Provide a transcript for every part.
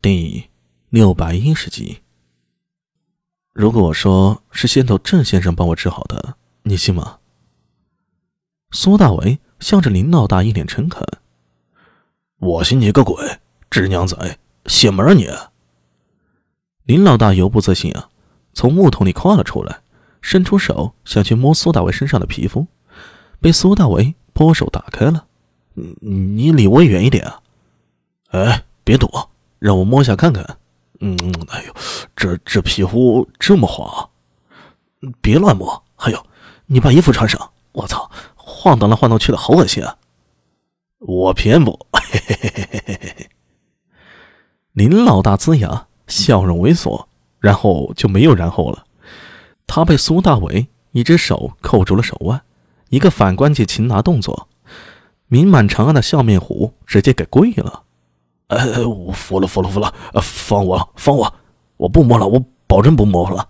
第610集。如果我说是先头郑先生帮我治好的，你信吗？苏大为向着林老大一脸诚恳。 我信你个鬼，直娘仔，邪门你！ 林老大犹不自信啊，从木桶里跨了出来，伸出手想去摸苏大为身上的皮肤，被苏大为拨手打开了。你离我远一点啊！ 哎，别躲，让我摸一下看看。哎呦，这皮肤这么滑，别乱摸。还有，你把衣服穿上。我操，晃荡来晃荡去的，好恶心啊！我偏不，嘿嘿嘿嘿嘿嘿。 林老大呲牙，笑容猥琐，然后就没有然后了。他被苏大为一只手扣住了手腕，一个反关节擒拿动作，名满长安的笑面虎直接给跪了。 我服了，放我，我不摸了，我保证不摸了。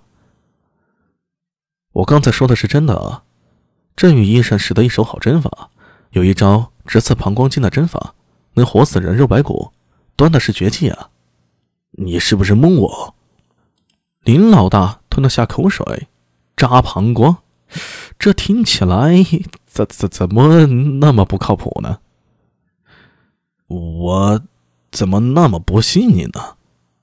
我刚才说的是真的啊。郑宇医生使得一手好针法，有一招直刺膀胱经的针法，能活死人肉白骨，端的是绝技啊！ 你是不是蒙我？ 林老大吞了下口水，扎膀胱，这听起来怎么那么不靠谱呢？ 我怎么那么不信你呢？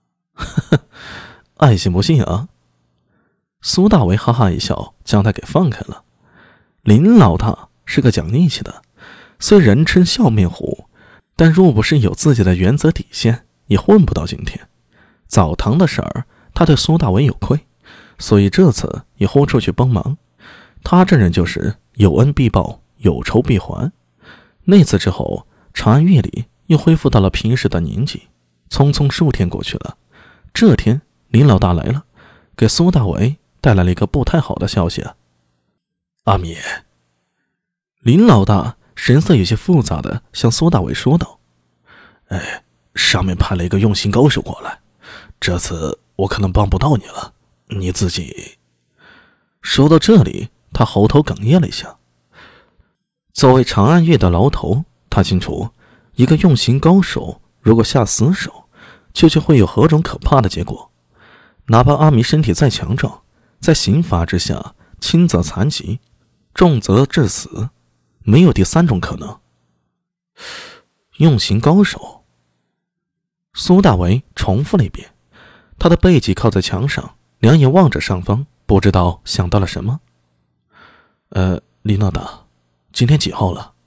爱信不信啊！苏大为哈哈一笑，将他给放开了。林老大是个讲义气的，虽人称笑面虎，但若不是有自己的原则底线，也混不到今天。澡堂的事儿，他对苏大为有愧，所以这次也豁出去帮忙。他这人就是有恩必报，有仇必还。那次之后，长安乐里又恢复到了平时的宁静。匆匆数天过去了，这天林老大来了，给苏大为带来了一个不太好的消息啊。 阿米， 林老大神色有些复杂的向苏大为说道： 上面派了一个用心高手过来，这次我可能帮不到你了，你自己。 说到这里，他喉头哽咽了一下。作为长安乐的牢头，他清楚一个用心高手如果下死手，究竟会有何种可怕的结果。哪怕阿弥身体再强壮，在刑罚之下，轻则残疾，重则致死，没有第三种可能。用刑高手。苏大为重复了一遍，他的背脊靠在墙上，两眼望着上方，不知道想到了什么。林老大，今天几号了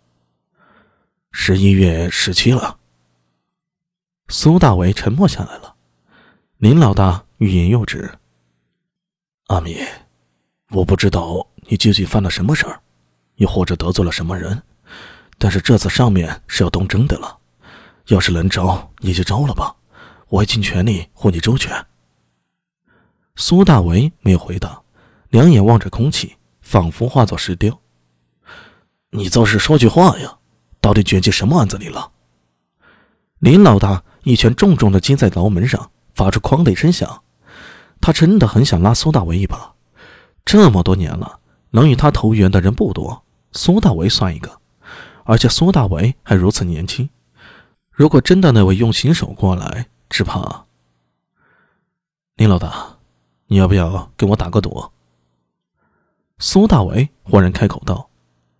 ？11月17了。 苏大为沉默下来了。林老大欲言又止。 阿米，我不知道你究竟犯了什么事儿，又或者得罪了什么人，但是这次上面是要动真的了。要是能招，你就招了吧，我会尽全力护你周全。 苏大为没有回答，两眼望着空气，仿佛化作石雕。 你倒是说句话呀，到底卷进什么案子里了？ 林老大一拳重重地击在牢门上，发出哐的一声响。他真的很想拉苏大为一把，这么多年了，能与他投缘的人不多，苏大为算一个，而且苏大为还如此年轻。如果真的那位用刑手过来，只怕……林老大，你要不要跟我打个赌？苏大为忽然开口道。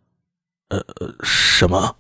什么？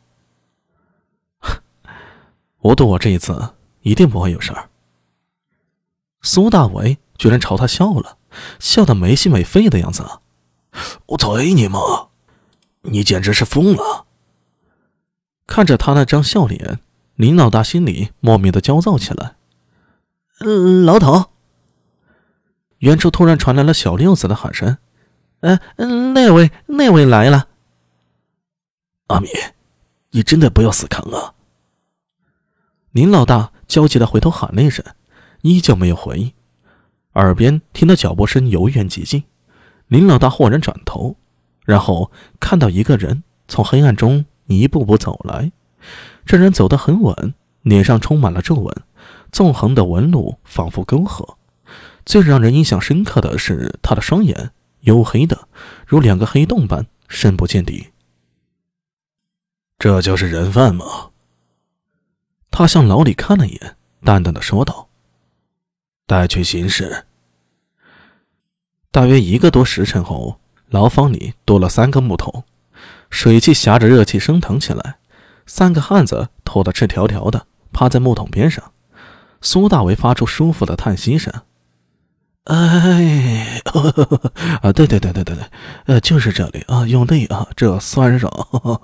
我赌我这一次一定不会有事儿。苏大为居然朝他笑了，笑得没心没肺的样子啊！ 我推你妈！你简直是疯了！ 看着他那张笑脸，林老大心里莫名的焦躁起来。 牢头！ 远处突然传来了小六子的喊声：“那位来了！” 阿米，你真的不要死扛啊！ 林老大焦急地回头喊了一声，依旧没有回应。耳边听到脚步声由远及近，林老大豁然转头，然后看到一个人从黑暗中一步步走来。这人走得很稳，脸上充满了皱纹，纵横的纹路仿佛沟壑。最让人印象深刻的是他的双眼，黝黑的如两个黑洞般深不见底。 这就是人贩吗？ 他向牢里看了一眼，淡淡的说道。 带去刑事。 大约1个多时辰后，牢房里多了3个木头，水汽夹着热气升腾起来。3个汉子拖得赤条条的，趴在木桶边上。苏大为发出舒服的叹息声：“ 哎，对，就是这里啊，用力啊，这酸爽。”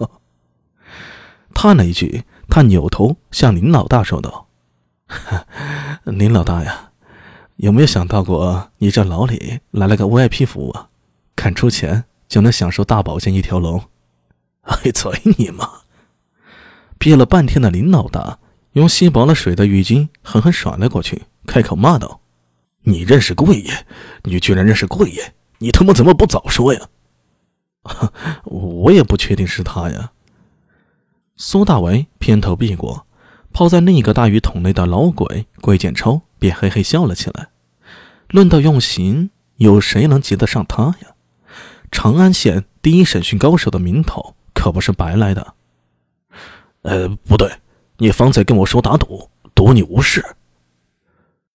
叹了一句，他扭头向林老大说道：“ 林老大呀，有没有想到过你这牢里来了个 VIP 服务啊？看出钱就能享受大保健1条龙。” 哎，嘴你妈！憋了半天的林老大用吸饱了水的浴巾狠狠甩了过去，开口骂道：“ 你认识贵爷？你居然认识贵爷？你他妈怎么不早说呀？” 我也不确定是他呀。苏大为偏头避过，泡在另一个大鱼桶内的老鬼桂建超便嘿嘿笑了起来。论到用刑，有谁能及得上他呀？长安县第一审讯高手的名头可不是白来的。 不对，你方才跟我说打赌，赌你无事，